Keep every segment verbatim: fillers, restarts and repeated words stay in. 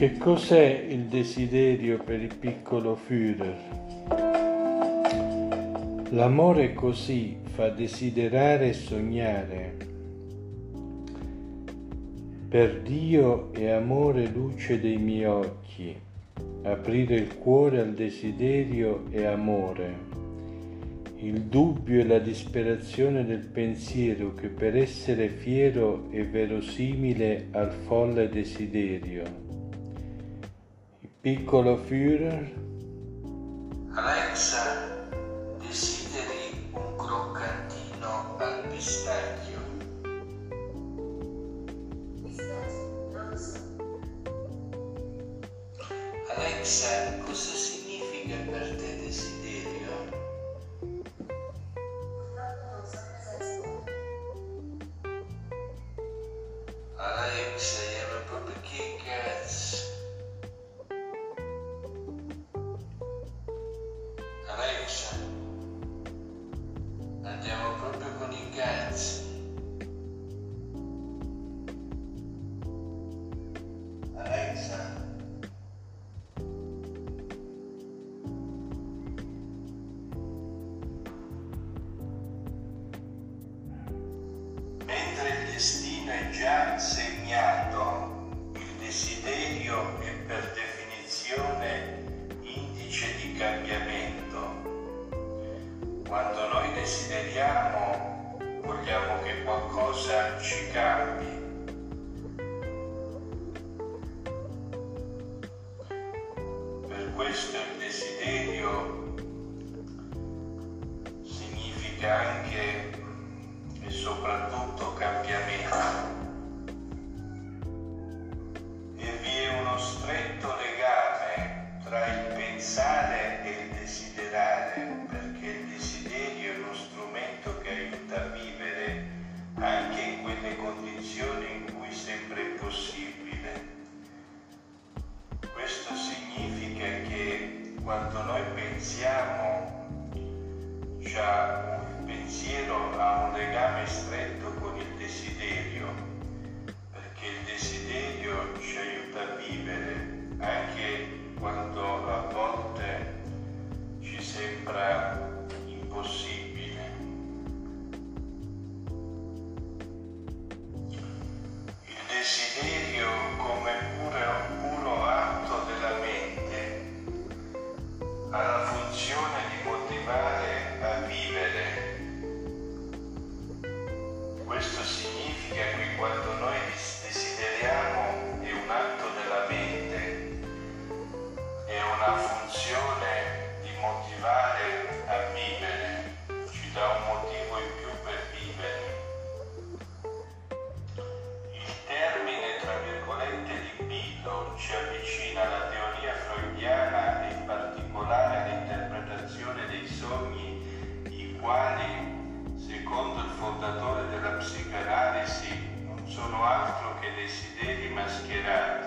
Che cos'è il desiderio per il piccolo Führer? L'amore così fa desiderare e sognare. Per Dio è amore luce dei miei occhi, aprire il cuore al desiderio è amore. Il dubbio e la disperazione del pensiero che per essere fiero è verosimile al folle desiderio. Il piccolo Führer. Alexa, desideri un croccantino al pistacchio? Pistacchio, non lo so. Alexa, cosa significa per te desiderio? Non so cosa rispondo. Alexa, io proprio che cazzo? Alexa, andiamo proprio con i cazzi. Alexa. Mentre il destino è già segnato, il desiderio è per definizione indice di cambiamento. Quando noi desideriamo, vogliamo che qualcosa ci cambi. Per questo il desiderio significa anche e soprattutto cambiamento. E vi è uno stretto legame tra il pensare e il desiderare, perché il desiderio è uno strumento che aiuta a vivere anche in quelle condizioni in cui sembra impossibile. Questo significa che quando noi pensiamo, già il pensiero ha un legame stretto con il desiderio, perché il desiderio ci aiuta a vivere anche quando a volte ci sembra impossibile. Il desiderio come pure un puro atto della mente ha la funzione di motivare a vivere. Questo significa che quando noi desideriamo è un atto della mente, è una funzione di motivare a vivere, ci dà un motivo in più per vivere. Il termine, tra virgolette, libido ci avvicina alla teoria freudiana e in particolare all'interpretazione dei sogni, i quali, secondo il fondatore della psicanalisi, non sono altro che desideri mascherati.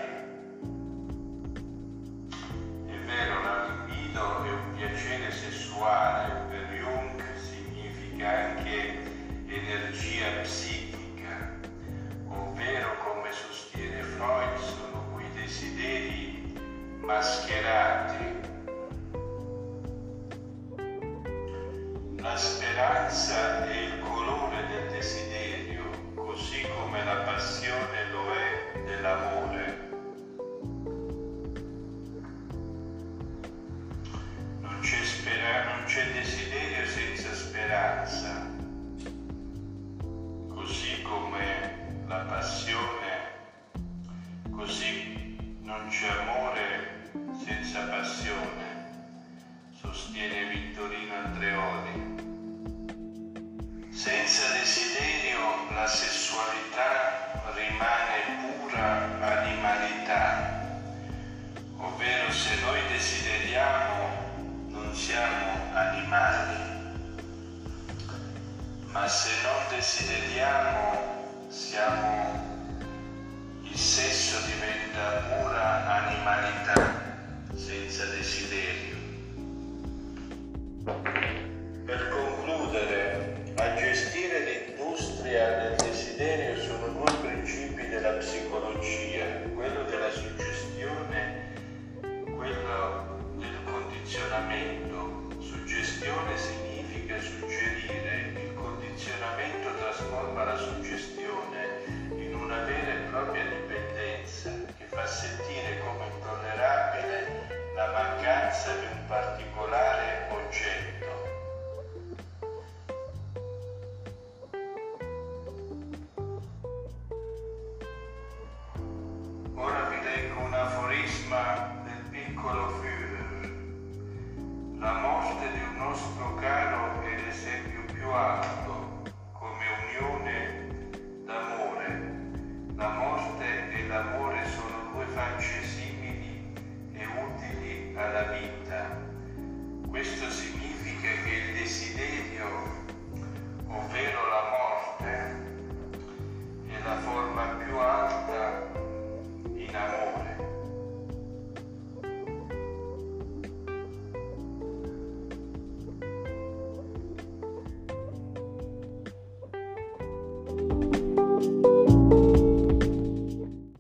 È vero, la libido è un piacere sessuale, per Jung significa anche energia psichica, ovvero, come sostiene Freud, sono quei desideri mascherati. La speranza è il colore del desiderio, così come la passione lo è dell'amore. Non c'è, spera- non c'è desiderio senza speranza, così come la passione, così non c'è amore senza passione, sostiene Vittorino Andreoli. Senza desiderio la sessualità rimane pura animalità, ovvero se noi desideriamo non siamo animali, ma se non desideriamo siamo, il sesso diventa pura animalità senza desiderio. Per concludere, a gestire l'industria del desiderio sono due principi della psicologia, quello della suggestione qua